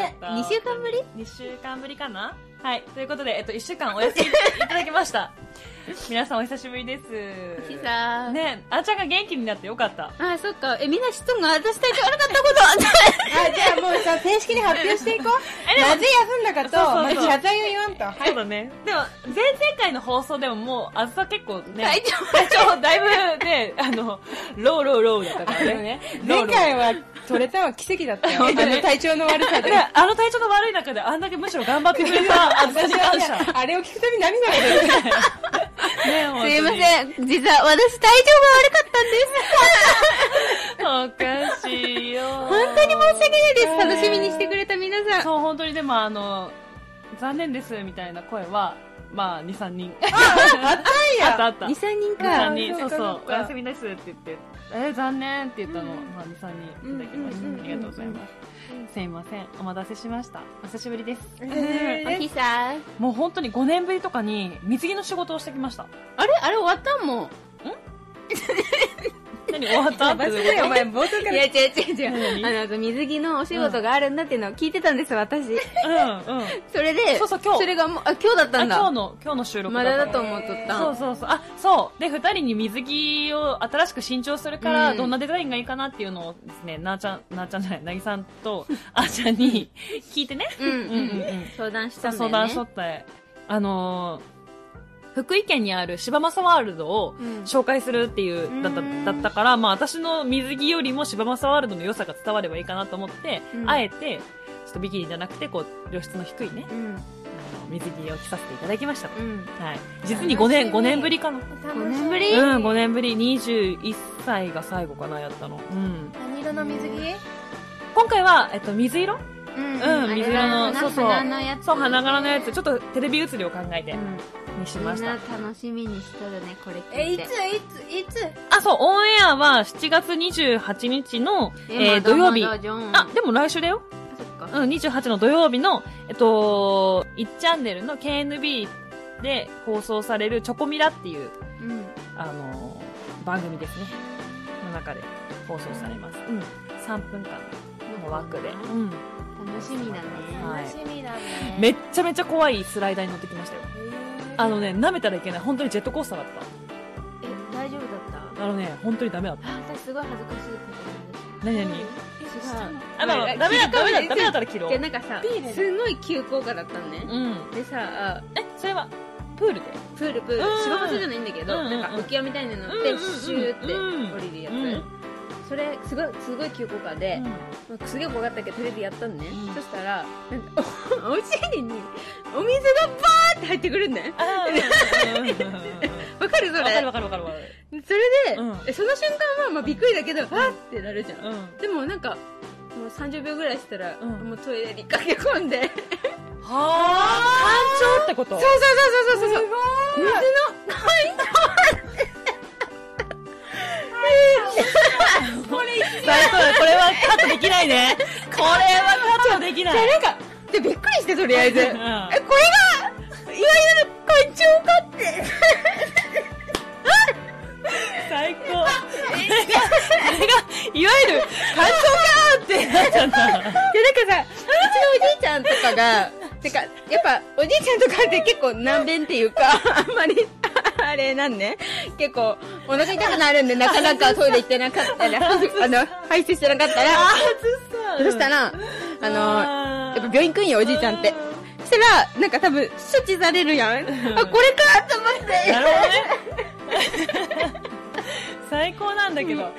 ね、2週間ぶり ?2 週間ぶりかな。はい。ということで、1週間お休みいただきました。皆さんお久しぶりです。 ひさね、あんちゃんが元気になってよかった。 あ、そっか。みんな知っとんが、私体調悪かったことあ、じゃあもうさ、正式に発表していこう。なぜ休んだかと、まず謝罪を言わんと。はい。 そうだね。でも、前々回の放送でももう、あずさ結構ね、体調だいぶね、ローだったからね。 前回は取れたは奇跡だったよ。体調の悪さで。 体調の悪い中であんだけむしろ頑張ってくれたあずさに感謝。 あれを聞くたび涙が出る。 すいません。実は私体調が悪かったんです。おかしいよ。 本当に申し訳ないです。楽しみにしてくれた皆さん。 そう、本当にでも残念ですみたいな声は、まあ、2、3人。 あったんや。 あった。 2、3人か。 2、3人。そう、お休みですって言って、残念って言ったのを、まあ、2、3人いただきました。ありがとうございます。すいません。お待たせしました。お久しぶりです。 おひさもう本当に5年ぶりとかに水着の仕事をしてきました。 あれ終わったんもん。 何終わったってお前冒頭から。 いや、違う。水着のお仕事があるんだっていうのを聞いてたんです、私。それで、 そう、今日。 それがもう、今日だったんだ。 今日の収録まだだと思っとった。 そう。そう。で、2人に水着を新しく新調するから、どんなデザインがいいかなっていうのをですね、なぎさんと、あーちゃんに聞いてね。 相談したんだよね。 相談しとって、福井県にある柴正ワールドを紹介するっていう、だったから、まあ私の水着よりも柴正ワールドの良さが伝わればいいかなと思って、あえて、ちょっとビキニじゃなくて、こう、露出の低いね、水着を着させていただきました。はい。実に5年ぶりかな。 5年ぶり 5年ぶり。21歳が最後かな、やったの。 何色の水着？ 今回は、水色？水色の、そう、花柄のやつ。ちょっとテレビ映りを考えて、にしました。 みんな楽しみにしとるね、これ聞いて。 いつあ、そう、オンエアは7月28日の、土曜日。あ、でも来週だよ。28の土曜日の、1チャンネルの KNB で放送されるチョコミラっていう、番組ですね。の中で放送されます。3分間の枠で。 楽しみだね。 楽しみだね。 めっちゃめちゃ怖いスライダーに乗ってきましたよ。舐めたらいけない。本当にジェットコースターだった。 大丈夫だった？ 本当にダメだった。 私すごい恥ずかしいこと何？ダメだったら切ろう。 で、なんかさ、すごい急降下だったのね。でさ、 それは、プールで？ プール。芝生じゃないんだけど、なんか浮き輪みたいなの乗って、シューって降りるやつ。それ、すごい急降下で、すげえ怖かったけど、テレビやったのね。そしたら、なんか、お尻に、お水がバーって入ってくるんね。わかるそれ。 わかる。 それで、その瞬間はまあびっくりだけど、わーってなるじゃん。でもなんか、もう30秒ぐらいしたら、もうトイレに駆け込んで。 はぁー。干潮ってこと？ そう。水の干潮これはカットできないね。これはカットできない。 なんか、で、びっくりして、とりあえず。これが、いわゆる干潮かって。 最高。これが、いわゆる干潮かってなっちゃった。で、なんかさ、うちのおじいちゃんとかが、やっぱ、おじいちゃんとかって結構難弁っていうか、あんまり、あれなんね。結構、お腹痛くなるんで、なかなかトイレ行ってなかったら、排出してなかったら、そしたら、やっぱ病院行くんよ、おじいちゃんって。そしたら、なんか多分、処置されるやん。これかと思って。 なるほどね。最高なんだけど。すごい。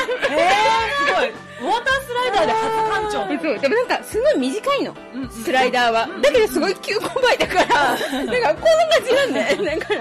ウォータースライダーで初干潮。 そう。でもなんか、すごい短いの。スライダーは。だけどすごい急勾配だから、なんかこんな感じなんだよ。だから、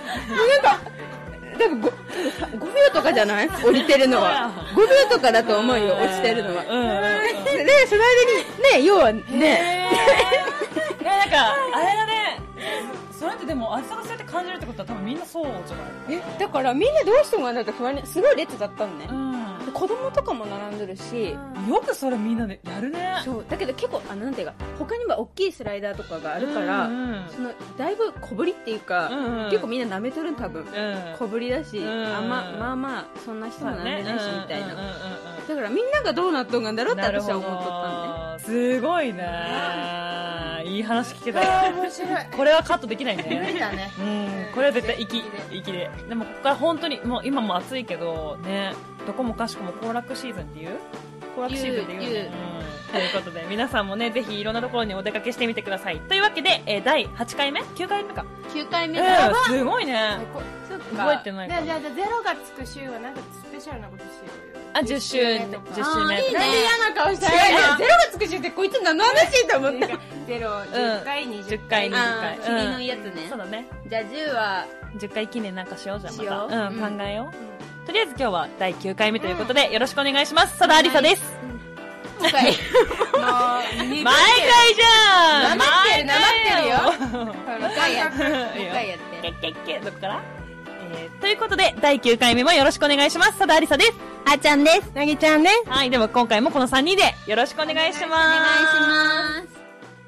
多分5秒とかじゃない降りてるのは。5秒とかだと思うよ、落ちてるのは。で、その間に、ね、要はね。 なんか、あれだね。それってでも、あずさがそうやって感じるってことは多分みんなそうじゃない？ だからみんなどうしてもなんか不安に、すごい列だったのね。子供とかも並んでるし、 よくそれみんなでやるね。 そう。だけど結構、なんていうか、他には大きいスライダーとかがあるから、だいぶ小ぶりっていうか、結構みんな舐めとるん多分。小ぶりだし、まあ、そんな人も舐めないし、みたいな。だからみんながどうなっとんがんだろうって私は思っとったんで。 すごいね。いい話聞けたよ。 面白い。 これはカットできないね。 無理だね。 これは絶対息で。でもここから本当に、もう今も暑いけど、ね、どこもかしこも行楽シーズンっていう行楽シーズンっていうね。ということで、皆さんもね、ぜひいろんなところにお出かけしてみてください。というわけで、第8回目 ?9 回目か。 9回目だ。 すごいね。 そっか。 覚えてないか。 じゃあ、ゼロがつく週はなんかスペシャルなことしようよ。 あ、10周目。 いいねなんで嫌な顔したらゼロがつく週ってこいつ何の話と思った。ゼロ、10回、20回。 10回、20回。 君のやつね。 そうだね。 じゃあ10は、 10回記念なんかしようじゃん、また。 しよう考えよう。とりあえず今日は第9回目ということで、よろしくお願いします。佐田ありさです。 今回。 毎回じゃんなまってるよ。 2回やって。2回やって。 けどこからということで、第9回目もよろしくお願いします。佐田ありさです。 あーちゃんです。 なぎちゃんね。 はい、では今回もこの3人でよろしくお願いします。 お願いします。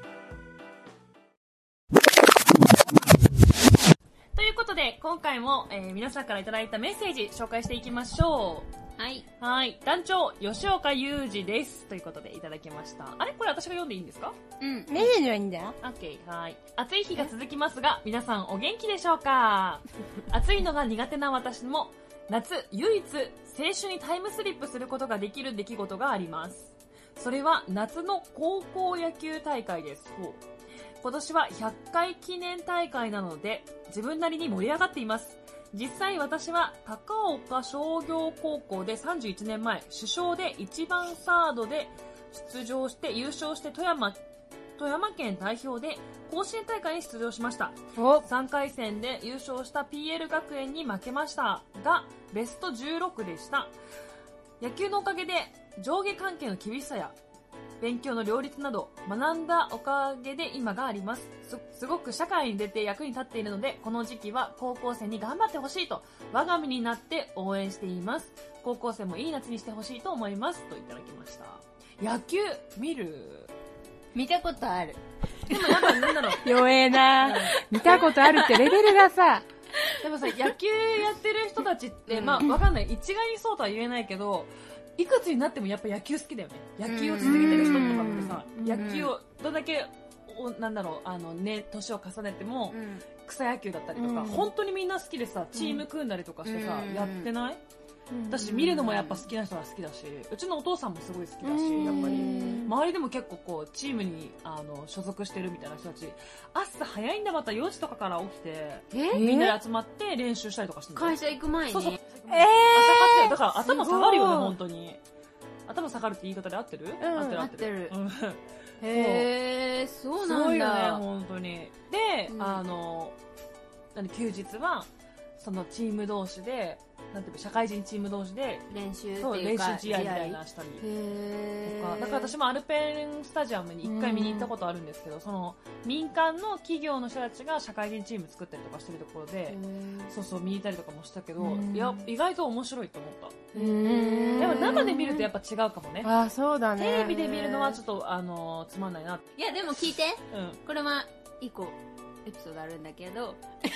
ということで、今回も、皆さんからいただいたメッセージ紹介していきましょう。 はい。 はい。団長、吉岡裕二です。ということでいただきました。あれこれ私が読んでいいんですか？ うん。 メッセージはいいんだよ。 オッケー。はい。暑い日が続きますが、皆さんお元気でしょうか？暑いのが苦手な私も、夏唯一青春にタイムスリップすることができる出来事があります。それは夏の高校野球大会です。今年は100回記念大会なので、自分なりに盛り上がっています。実際私は高岡商業高校で31年前、主将で1番サードで出場して優勝して富山県代表で甲子園大会に出場しました。3回戦で優勝した PL 学園に負けましたが、ベスト16でした。野球のおかげで上下関係の厳しさや勉強の両立など学んだおかげで今があります。すごく社会に出て役に立っているので、この時期は高校生に頑張ってほしいと我が身になって応援しています。高校生もいい夏にしてほしいと思いますといただきました。野球見る？ 見たことある。 でもやっぱなんだろう。 弱えな。見たことあるってレベルがさ。 でもさ、野球やってる人たちって、まあわかんない。一概にそうとは言えないけど、いくつになってもやっぱ野球好きだよね。野球を続けてる人とかってさ、野球をどんだけなんだろう、年を重ねても、草野球だったりとか、本当にみんな好きでさ、チーム組んだりとかしてさ、やってない？私見るのもやっぱ好きな人は好きだし、うちのお父さんもすごい好きだし、やっぱり周りでも結構こうチームに所属してるみたいな人たち、朝早いんだ、また4時とかから起きて、みんなで集まって練習したりとかしてる。 会社行く前に。 そうそう。朝活で、だから頭下がるよね、本当に。頭下がるって言い方で合ってる？合ってる。 へー、そうなんだ。 すごいよね、本当に。で、休日は、そのチーム同士で、なんていうか、社会人チーム同士で、 練習ってそう、 いうか、 練習試合みたいなしたり。 へー。 だから私もアルペンスタジアムに一回見に行ったことあるんですけど、その、民間の企業の人たちが社会人チーム作ったりとかしてるところで、そうそう、見に行ったりとかもしたけど、いや、意外と面白いと思った。でも生で見るとやっぱ違うかもね。 あ、そうだね。 テレビで見るのはちょっと、つまんないな。 いや、でも聞いて。 うん。 これは、一個、エピソードあるんだけど、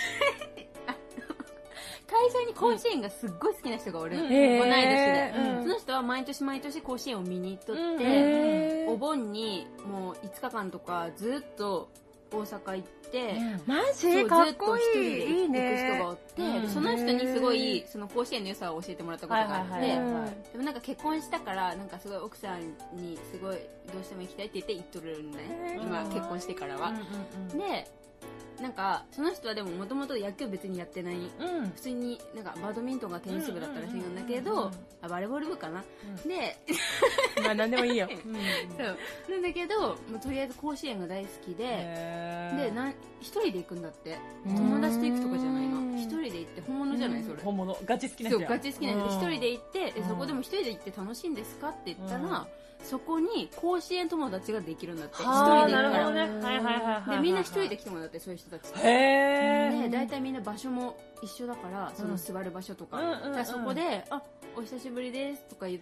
会社に甲子園がすっごい好きな人がおる。同い年で。その人は毎年毎年甲子園を見に行っとって、お盆にもう5日間とかずっと大阪行って、 マジかっこいい。 ずっと一人で行く人がおって、その人にすごい、その甲子園の良さを教えてもらったことがあって、でもなんか結婚したから、なんかすごい奥さんにすごいどうしても行きたいって言って行っとるんね。今結婚してからは。で、なんかその人はでももともと野球別にやってない、普通になんかバドミントンがテニス部だったらしいんだけど、バレーボール部かな、でまあ何でもいいよ、 そうなんだけどもうとりあえず甲子園が大好きで、一人で行くんだって、友達と行くとかじゃないの、一人で行って本物じゃない、それ本物ガチ好きな人や。 そうガチ好きな人で一人で行って、そこでも一人で行って楽しいんですかって言ったら、そこに甲子園友達ができるんだって、一人で行くから、でみんな一人で来てもらって、そういう人たちで大体みんな場所も一緒だから、その座る場所とか、そこでお久しぶりですとか言って、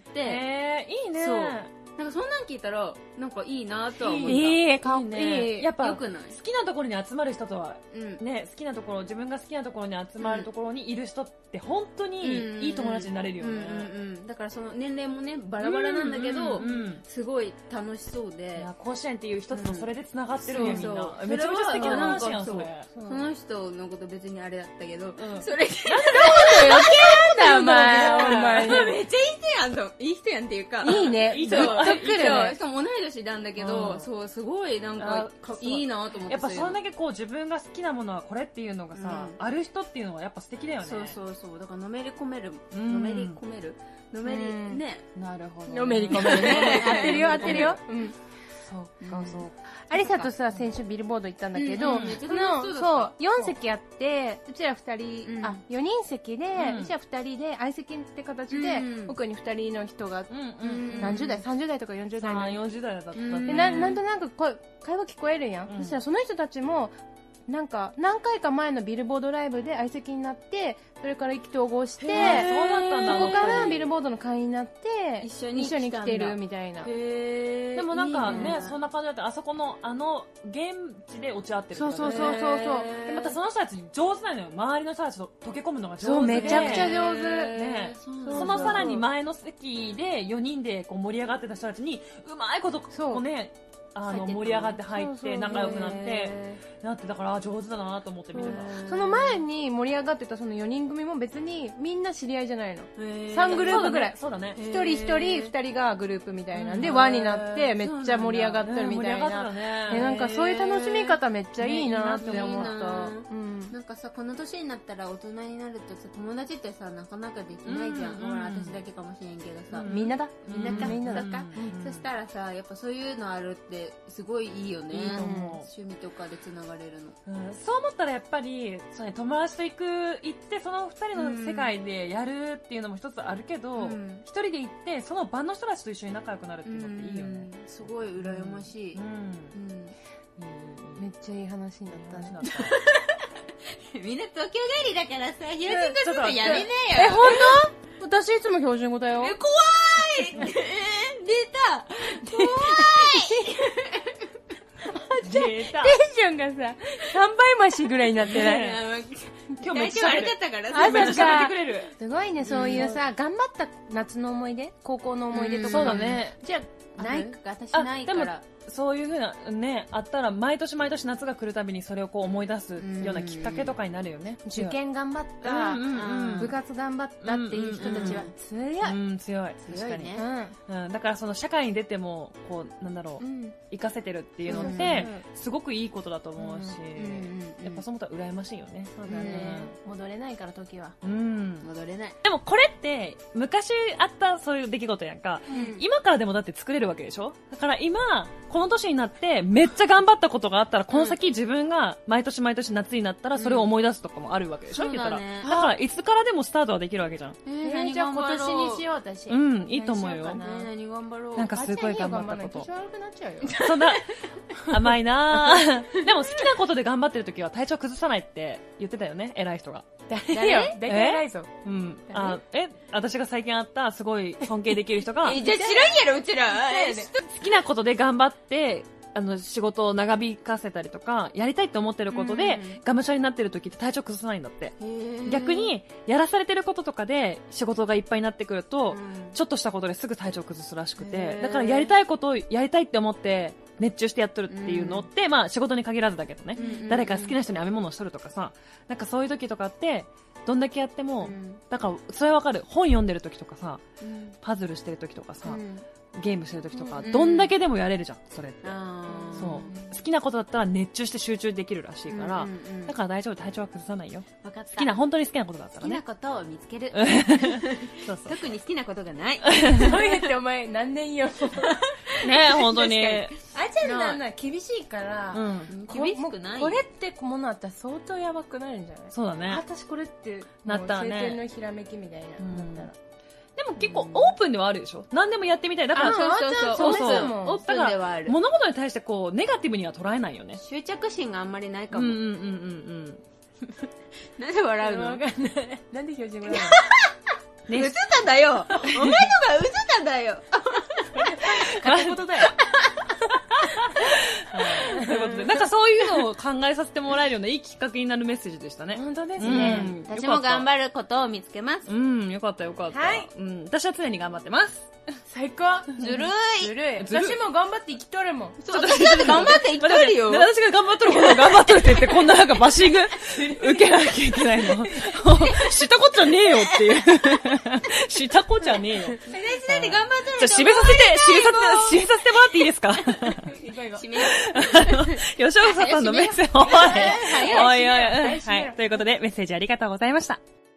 いいね。 そう。なんかそんなん聞いたら、なんかいいなとは思った。 いい、かっこいい。 やっぱ、 よくない？ 好きなところに集まる人とは、ね、好きなところ、自分が好きなところに集まるところにいる人って本当にいい友達になれるよね。 だからその年齢もね、バラバラなんだけど、すごい楽しそうで。 いや、甲子園っていう一つのそれで繋がってるよ、みんな。めちゃめちゃ素敵な話やん、それ。 その人のこと別にあれだったけど、それで。 余計なんだ、お前。 めっちゃいい人やんと、いい人やんっていうか。 いいね。 いい人来るね。しかも同い年なんだけど、そう、すごいなんか、いいなと思って。 やっぱそれだけこう自分が好きなものはこれっていうのがさ、ある人っていうのはやっぱ素敵だよね。 そうそうそう。だからのめり込める。ね。 なるほど。 のめり込めるね。合ってるよ、合ってるよ。 そうか、そう。 アリサとさ、先週ビルボード行ったんだけど、そう、4席あって、うちら2人、4人席で、うちら2人で、相席って形で、奥に2人の人が、何十代 ?30 代とか40代の。 40代だった。で、 なんとなく会話聞こえるやん。そしたらその人たちも、なんか、何回か前のビルボードライブで相席になって、それから意気投合して、そうだったんだ。そこからビルボードの会員になって、一緒に来てるみたいな。 でもなんかね、そんな感じだって、あそこの、現地で落ち合ってる。 そう。 で、またその人たち上手なのよ。周りの人たちと溶け込むのが上手で。 そう、めちゃくちゃ上手。 ね。そのさらに前の席で4人でこう盛り上がってた人たちに、うまいこと、こうね、盛り上がって入って仲良くなってだから上手だなと思って見てた。 その前に盛り上がってたその4人組も別にみんな知り合いじゃないの。3グループぐらい。 そうだね。 1人2人がグループみたいなんで輪になってめっちゃ盛り上がってるみたいな。なんかそういう楽しみ方めっちゃいいなって思った。 なんかさ、この年になったら大人になるとさ、友達ってさ、なかなかできないじゃん。ほら、私だけかもしれんけどさ。 みんなだ。 みんなだか。そしたらさ、やっぱそういうのあるってすごいいいよね。趣味とかでつながれるの。 そう思ったらやっぱり、友達と行ってその二人の世界でやるっていうのも一つあるけど、一人で行ってその場の人たちと一緒に仲良くなるっていうのっていいよね。 すごい羨ましい。 めっちゃいい話になった。 みんな東京帰りだからさ、標準語するのやめねえよ。本当？私いつも標準語だよ。 怖い出た怖いテンションがさ、3倍増しぐらいになってない。 今日めっちゃ悪かったからさ、めっちゃ喋ってくれる。 すごいね、そういうさ、頑張った夏の思い出、高校の思い出とか。 そうだね。 じゃあ、 ないか、私ないから。 そういう風なね、あったら毎年毎年夏が来るたびにそれをこう思い出すようなきっかけとかになるよね。 受験頑張った、部活頑張ったっていう人たちは強い。 強い。確かに。だからその社会に出ても、こう、なんだろう、活かせてるっていうのって、すごくいいことだと思うし、やっぱそう思ったら羨ましいよね。 そうだね。戻れないから時は。 戻れない。 でもこれって、昔あったそういう出来事やんか、今からでもだって作れるわけでしょ？だから今、この年になってめっちゃ頑張ったことがあったら、この先自分が毎年毎年夏になったらそれを思い出すとかもあるわけでしょ、言ったら。だからいつからでもスタートはできるわけじゃん。 じゃあ今年にしよう、私。 いいと思うよ。 何頑張ろう。 なんかすごい頑張ったこと。 体調悪くなっちゃうよ。 そんな、甘いなぁ。でも好きなことで頑張ってる時は体調崩さないって言ってたよね、偉い人が。 誰よ？大体偉いぞ。 私が最近会ったすごい尊敬できる人が。 じゃあ知らんやろ、うちら。 好きなことで頑張って、仕事を長引かせたりとか、やりたいって思ってることで、がむしゃらになってる時って体調崩さないんだって。逆に、やらされてることとかで仕事がいっぱいになってくると、ちょっとしたことですぐ体調崩すらしくて、だからやりたいことをやりたいって思って、熱中してやっとるっていうのって、まあ仕事に限らずだけどね、誰か好きな人に編み物をしとるとかさ、なんかそういう時とかって、どんだけやっても、だからそれわかる。本読んでる時とかさ、パズルしてる時とかさ、ゲームしてる時とか、どんだけでもやれるじゃん、それって。そう。好きなことだったら熱中して集中できるらしいから、だから大丈夫、体調は崩さないよ。 分かった。 好きな、本当に好きなことだったらね。 好きなことを見つける。 そうそう。 特に好きなことがない。 そうやってお前何年よ。 ねえ、本当に。 あちゃんなんな厳しいから、 厳しくない。 これってものあったら相当やばくなるんじゃない？ そうだね。 私これってなったらね。 晴天のひらめきみたいななったら。 でも結構オープンではあるでしょ？何でもやってみたい。だから、 そう。 オープンではある。 物事に対してこう、ネガティブには捉えないよね。 執着心があんまりないかも。なんで笑うの？ わかんない。なんで標準語なの？ ね。 うずただよ。お前のがうずただよ。 片言だよ。 ということで、なんかそういうのを考えさせてもらえるようないいきっかけになるメッセージでしたね。 本当ですね。 私も頑張ることを見つけます。 よかったよかった。 はい。 私は常に頑張ってます。 最高。 ずるい。 私も頑張って生きとるもん。 そう、私だって頑張って生きとるよ。 私が頑張っとることを頑張っとるって言って、こんななんかバッシング受けなきゃいけないの。したこっちゃねえよっていう。したこっちゃねえよ。 私だって頑張っとる。 じゃあ、締めさせてもらっていいですか？ 締め。 吉岡さんのメッセージ、おい。はい。ということで、メッセージありがとうございました。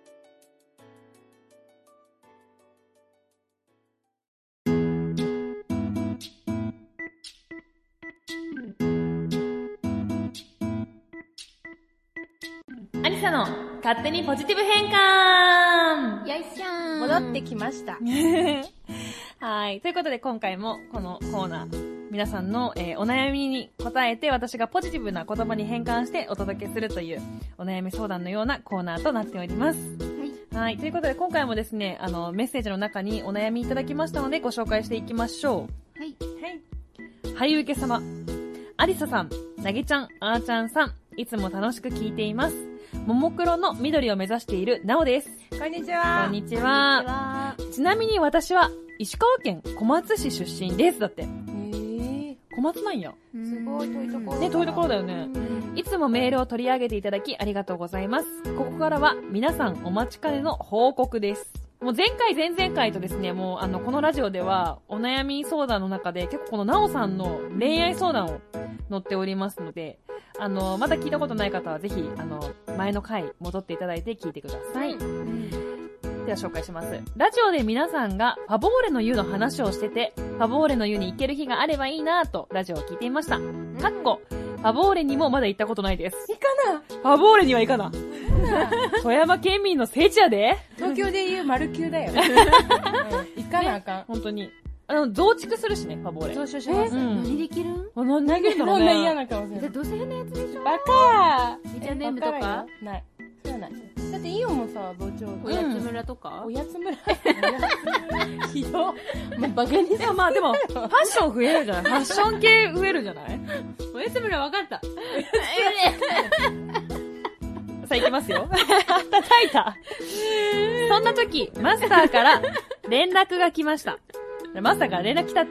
アリサの勝手にポジティブ変換。 よいしょー。 戻ってきました。 はい。ということで今回もこのコーナー、皆さんの、お悩みに答えて私がポジティブな言葉に変換してお届けするというお悩み相談のようなコーナーとなっております。はい。ということで今回もですね、メッセージの中にお悩みいただきましたのでご紹介していきましょう。 はい。 はいゆうけ様。アリサさん、なぎちゃん、あーちゃんさん、いつも楽しく聞いています。ももクロの緑を目指しているなおです。 こんにちは。 こんにちは。ちなみに私は石川県小松市出身です。だって。小松なんや。 すごい遠いところ。 ね、遠いところだよね。いつもメールを取り上げていただきありがとうございます。ここからは皆さんお待ちかねの報告です。もう前回前々回とですね、もうこのラジオではお悩み相談の中で結構このなおさんの恋愛相談を載っておりますので、まだ聞いたことない方はぜひ、前の回戻っていただいて聞いてください。では紹介します。ラジオで皆さんがファボーレの湯の話をしてて、ファボーレの湯に行ける日があればいいなぁとラジオを聞いていました。ファボーレにもまだ行ったことないです。 行かな。 ファボーレには行かな。富山県民の聖地やで。 東京でいう丸9だよ。行かなあかん。 本当に。増築するしね、ファボーレ。 増殖します。 何できるん？ 何できるんだろうね。 こんな嫌な顔する。 どうせ変なやつでしょ？ バカー。H&M とか？ ない。そうやない。だってイオンもさ、同調。 おやつ村とか？ おやつ村ひど。もうバカにさ。 まあでも、ファッション増えるじゃない？ファッション系増えるじゃない？ おやつ村分かった。 さあ行きますよ。叩いた。そんな時、マスターから連絡が来ました。マスターから連絡来たって。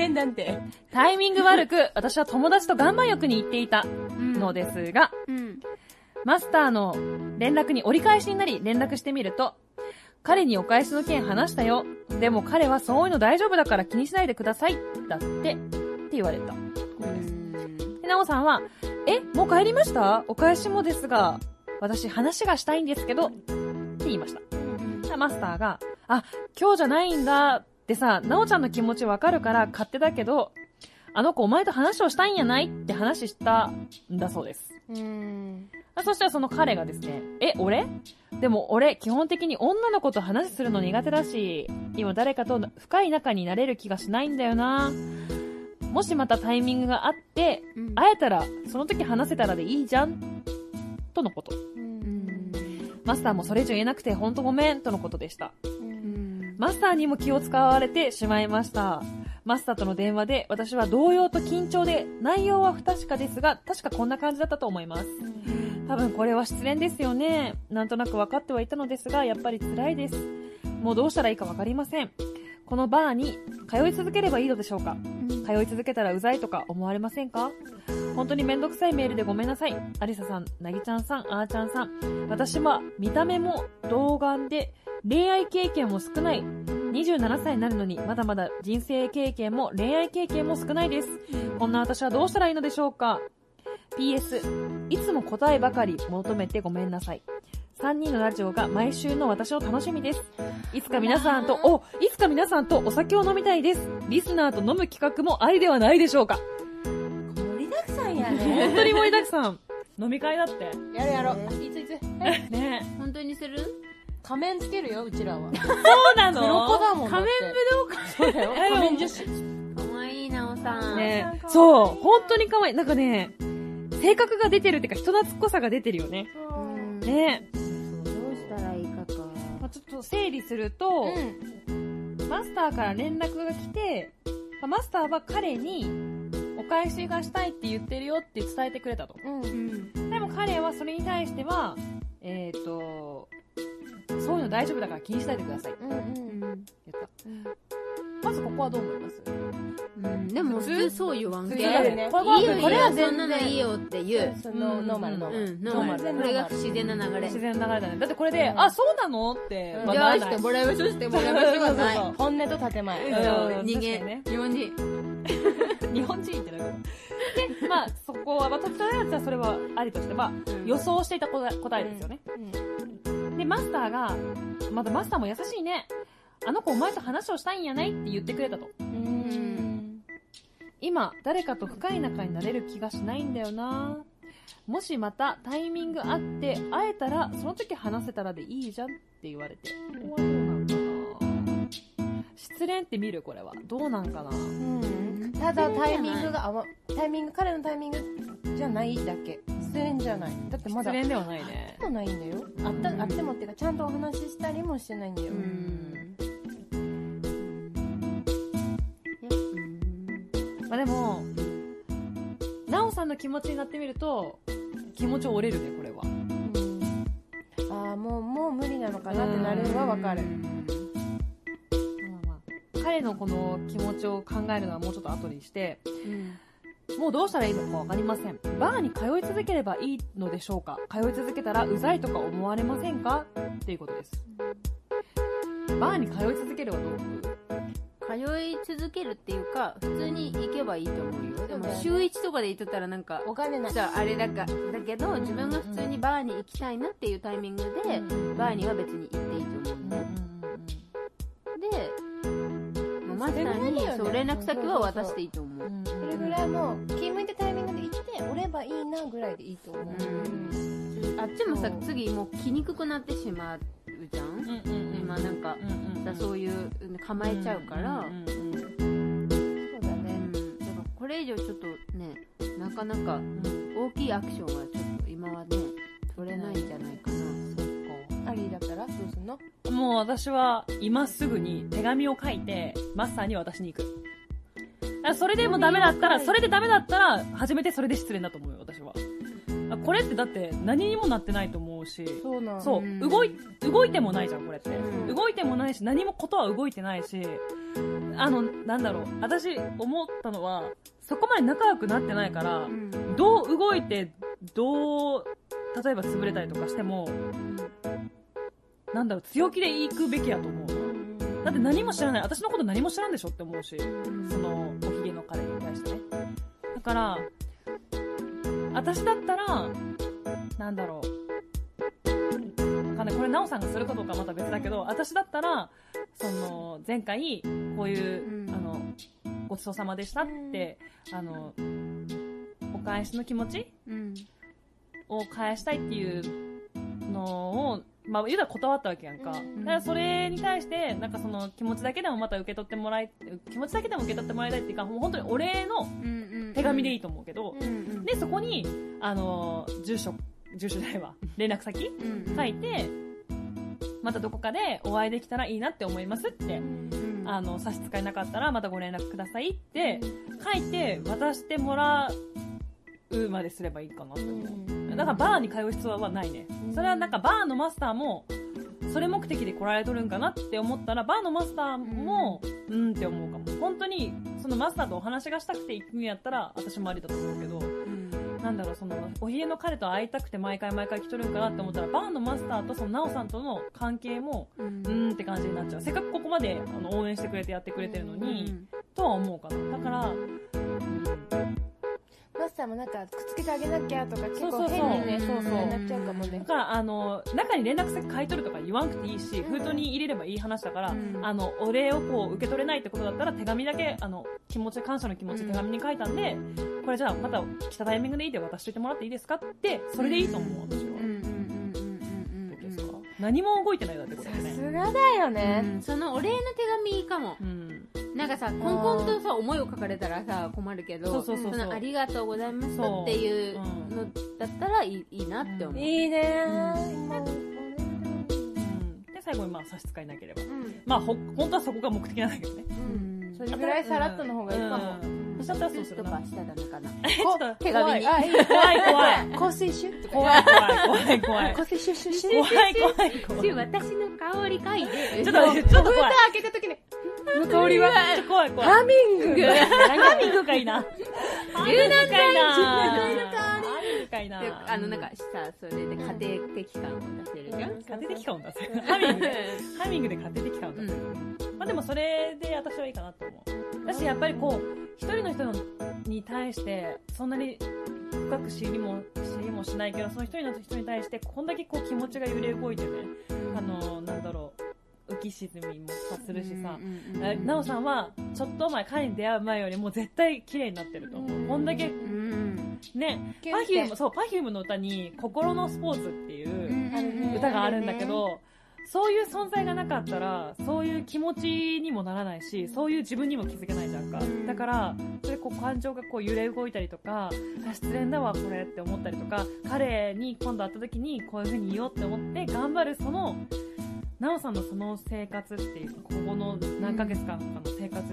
なんて。 タイミング悪く、私は友達と岩盤浴に行っていたのですが、マスターの連絡に折り返しになり連絡してみると、彼にお返しの件話したよ。でも彼はそういうの大丈夫だから気にしないでください。だって、って言われた。で、なおさんは、もう帰りました？お返しもですが、私話がしたいんですけど、って言いました。マスターが、今日じゃないんだってさ、なおちゃんの気持ちわかるから勝手だけど、あの子お前と話をしたいんやないって話したんだそうです。そしたらその彼がですね、俺？でも俺基本的に女の子と話するの苦手だし、今誰かと深い仲になれる気がしないんだよな。もしまたタイミングがあって、会えたらその時話せたらでいいじゃんとのこと。マスターもそれ以上言えなくてほんとごめんとのことでした。マスターにも気を使われてしまいました。マスターとの電話で私は動揺と緊張で、内容は不確かですが確かこんな感じだったと思います。多分これは失恋ですよね。なんとなく分かってはいたのですがやっぱり辛いです。もうどうしたらいいか分かりません。このバーに通い続ければいいのでしょうか？通い続けたらうざいとか思われませんか？本当にめんどくさいメールでごめんなさい。アリサさん、なぎちゃんさん、あーちゃんさん。私は見た目も童顔で恋愛経験も少ない。27歳になるのにまだまだ人生経験も恋愛経験も少ないです。こんな私はどうしたらいいのでしょうか？ PS、いつも答えばかり求めてごめんなさい。3人のラジオが毎週の私の楽しみです。いつか皆さんとお酒を飲みたいです。リスナーと飲む企画もありではないでしょうか？ 盛りだくさんやね。 本当に盛りだくさん。飲み会だって。 やろう。いつ。 ね本当にする？ 仮面つけるよ、うちらは。 そうなの？ 黒子だもん。 仮面武道館。 そうだよ。仮面女子。 かわいいなおさん。 ね、そう、本当に可愛い。なんかね、性格が出てるっていうか人懐っこさが出てるよね。ね。 どうしたらいいかか。 ちょっと整理すると、マスターから連絡が来て、マスターは彼にお返しがしたいって言ってるよって伝えてくれたと。でも彼はそれに対しては、そういうの大丈夫だから気にしないでくださいって言った。まずここはどう思います？ でも普通そう言わんけ。 いいよね。これはそんなのいいよって言う。 そのノーマル。 これが不自然な流れ。 自然な流れだね。だってこれで、あ、そうなのって。 じゃあしてもらいましょうしてもらいましょうがない。 本音と建前。 人間。日本人。 日本人ってなる。で、まあ、そこは、私のやつはそれはありとして、まあ、予想していた答えですよね。で、マスターが、まだマスターも優しいね。あの子お前と話をしたいんやないって言ってくれたと。今、誰かと深い仲になれる気がしないんだよな。もしまたタイミングあって会えたら、その時話せたらでいいじゃんって言われて。ここはどうなんかな。失恋って見るこれは。どうなんかな。 ただタイミング、彼のタイミングじゃないだけ。失恋じゃない。だってまだ。 失恋ではないね。 会ってもないんだよ。会ってもっていうか、ちゃんとお話ししたりもしてないんだよ。 まあでも、なおさんの気持ちになってみると、気持ち折れるね、これは。 ああ、もう無理なのかなってなるのはわかる。 彼のこの気持ちを考えるのはもうちょっと後にして、もうどうしたらいいのかわかりません。バーに通い続ければいいのでしょうか？通い続けたらうざいとか思われませんか？っていうことです。バーに通い続けるはどう？ 通い続けるっていうか、普通に行けばいいと思うよ。でも週1とかで行ってたらなんか、 お金ない。 あれだけど、自分が普通にバーに行きたいなっていうタイミングで、バーには別に行っていいと思うね。で、マスターにそう連絡先は渡していいと思う。 それぐらいもう、気向いたタイミングで行って、おればいいなぐらいでいいと思う。 あっちもさ、次もう来にくくなってしまうじゃん。今なんか、そういう構えちゃうから、そうだね。だからこれ以上ちょっとね、なかなか大きいアクションはちょっと今はね、取れないんじゃないかな。 そっか。アリーだったらどうすんの？ もう私は今すぐに手紙を書いてマスターに渡しに行く。それでもダメだったら、初めてそれで失恋だと思うよ、私は。これってだって何にもなってないと思うし、そう、動いてもないじゃん、これって。動いてもないし、何もことは動いてないし、なんだろう、私思ったのは、そこまで仲良くなってないから、どう動いて、例えば潰れたりとかしても、なんだろう、強気で行くべきやと思う。だって何も知らない、私のこと何も知らんでしょって思うし、その、おひげの彼に対してね。だから、私だったら、なんだろう。これ、なおさんがするかどうかはまた別だけど、私だったら、その、前回、こういう、ごちそうさまでしたって、お返しの気持ち、を返したいっていうのを、まあ、言うたら断ったわけやんか。だからそれに対して、なんかその気持ちだけでもまた受け取ってもらいたいっていうか、もう本当にお礼の手紙でいいと思うけど、で、そこに、住所じゃないわ、連絡先書いて、またどこかでお会いできたらいいなって思いますって、差し支えなかったらまたご連絡くださいって書いて渡してもらうまですればいいかなって思う。だからバーに通う必要はないね。それはなんかバーのマスターもそれ目的で来られとるんかなって思ったら、バーのマスターもって思うかも。本当にそのマスターとお話がしたくて行くんやったら私もありだと思うけど、なんだろう、そのおひげの彼と会いたくて毎回来とるんかなって思ったら、バーのマスターとそのナオさんとの関係もって感じになっちゃう。せっかくここまで応援してくれてやってくれてるのに、とは思うかな。だからマスターもなんかくっつけてあげなきゃとか結構変にね、なっちゃうかもね。 だから中に連絡先書いとるとか言わんくていいし、封筒に入れればいい話だから、お礼をこう受け取れないってことだったら手紙だけ感謝の気持ち手紙に書いたんで、これじゃあまた来たタイミングでいいで渡しといてもらっていいですかって、それでいいと思う、私は。どうですか？何も動いてないだってことだよね。 さすがだよね。 そのお礼の手紙いいかも。なんかさ、コンコンとさ、思いを書かれたらさ、困るけど、そのありがとうございますっていうのだったらいいなって思う。 いいね。 最後にまあ差し支えなければ。まあ本当はそこが目的なんだけどね。 それぐらいさらっとの方がいいかも。 そしたらそうするな。 とかしたらダメかな。 ちょっと手紙に。 怖い。 香水シュ怖い。 香水シュシュシュ。 怖い。 私の香り嗅いで。 ちょっと怖い。 蓋開けた時に、香りは、 怖い。 ハミング。 ハミングかいな。 柔軟剤かいな。 なんかさ、それで家庭的感を出せるじゃん。 家庭的感を出せる。ハミングで家庭的感を出せる。まあでもそれで私はいいかなと思う。だしやっぱりこう、一人の人に対して、そんなに深く知りもしないけど、その一人の人に対して、こんだけこう気持ちが揺れ動いてね、なんだろう、浮き沈みもするしさ、なおさんは、ちょっと前、彼に出会う前よりも絶対綺麗になってると思う。こんだけ、ね、パフュームの歌に、心のスポーツっていう歌があるんだけど、そういう存在がなかったら、そういう気持ちにもならないし、そういう自分にも気づけないじゃんか。だから、それこう感情がこう揺れ動いたりとか、失恋だわこれって思ったりとか、彼に今度会った時にこういう風に言おうって思って頑張るその、なおさんのその生活っていうか、ここの何ヶ月間かの生活って、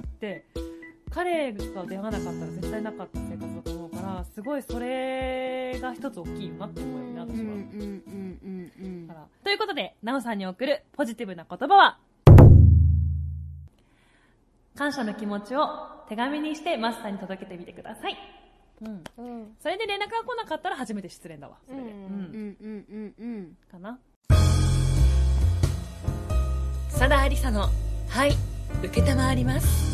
彼が出会わなかったら絶対なかった生活だと思うから、すごいそれが一つ大きいよなって思うよね、私は。ということで、なおさんに送るポジティブな言葉は、感謝の気持ちを手紙にしてマスターに届けてみてください。それで連絡が来なかったら初めて失恋だわ。それで。かな。佐田ありさの、はい、受けたまわります。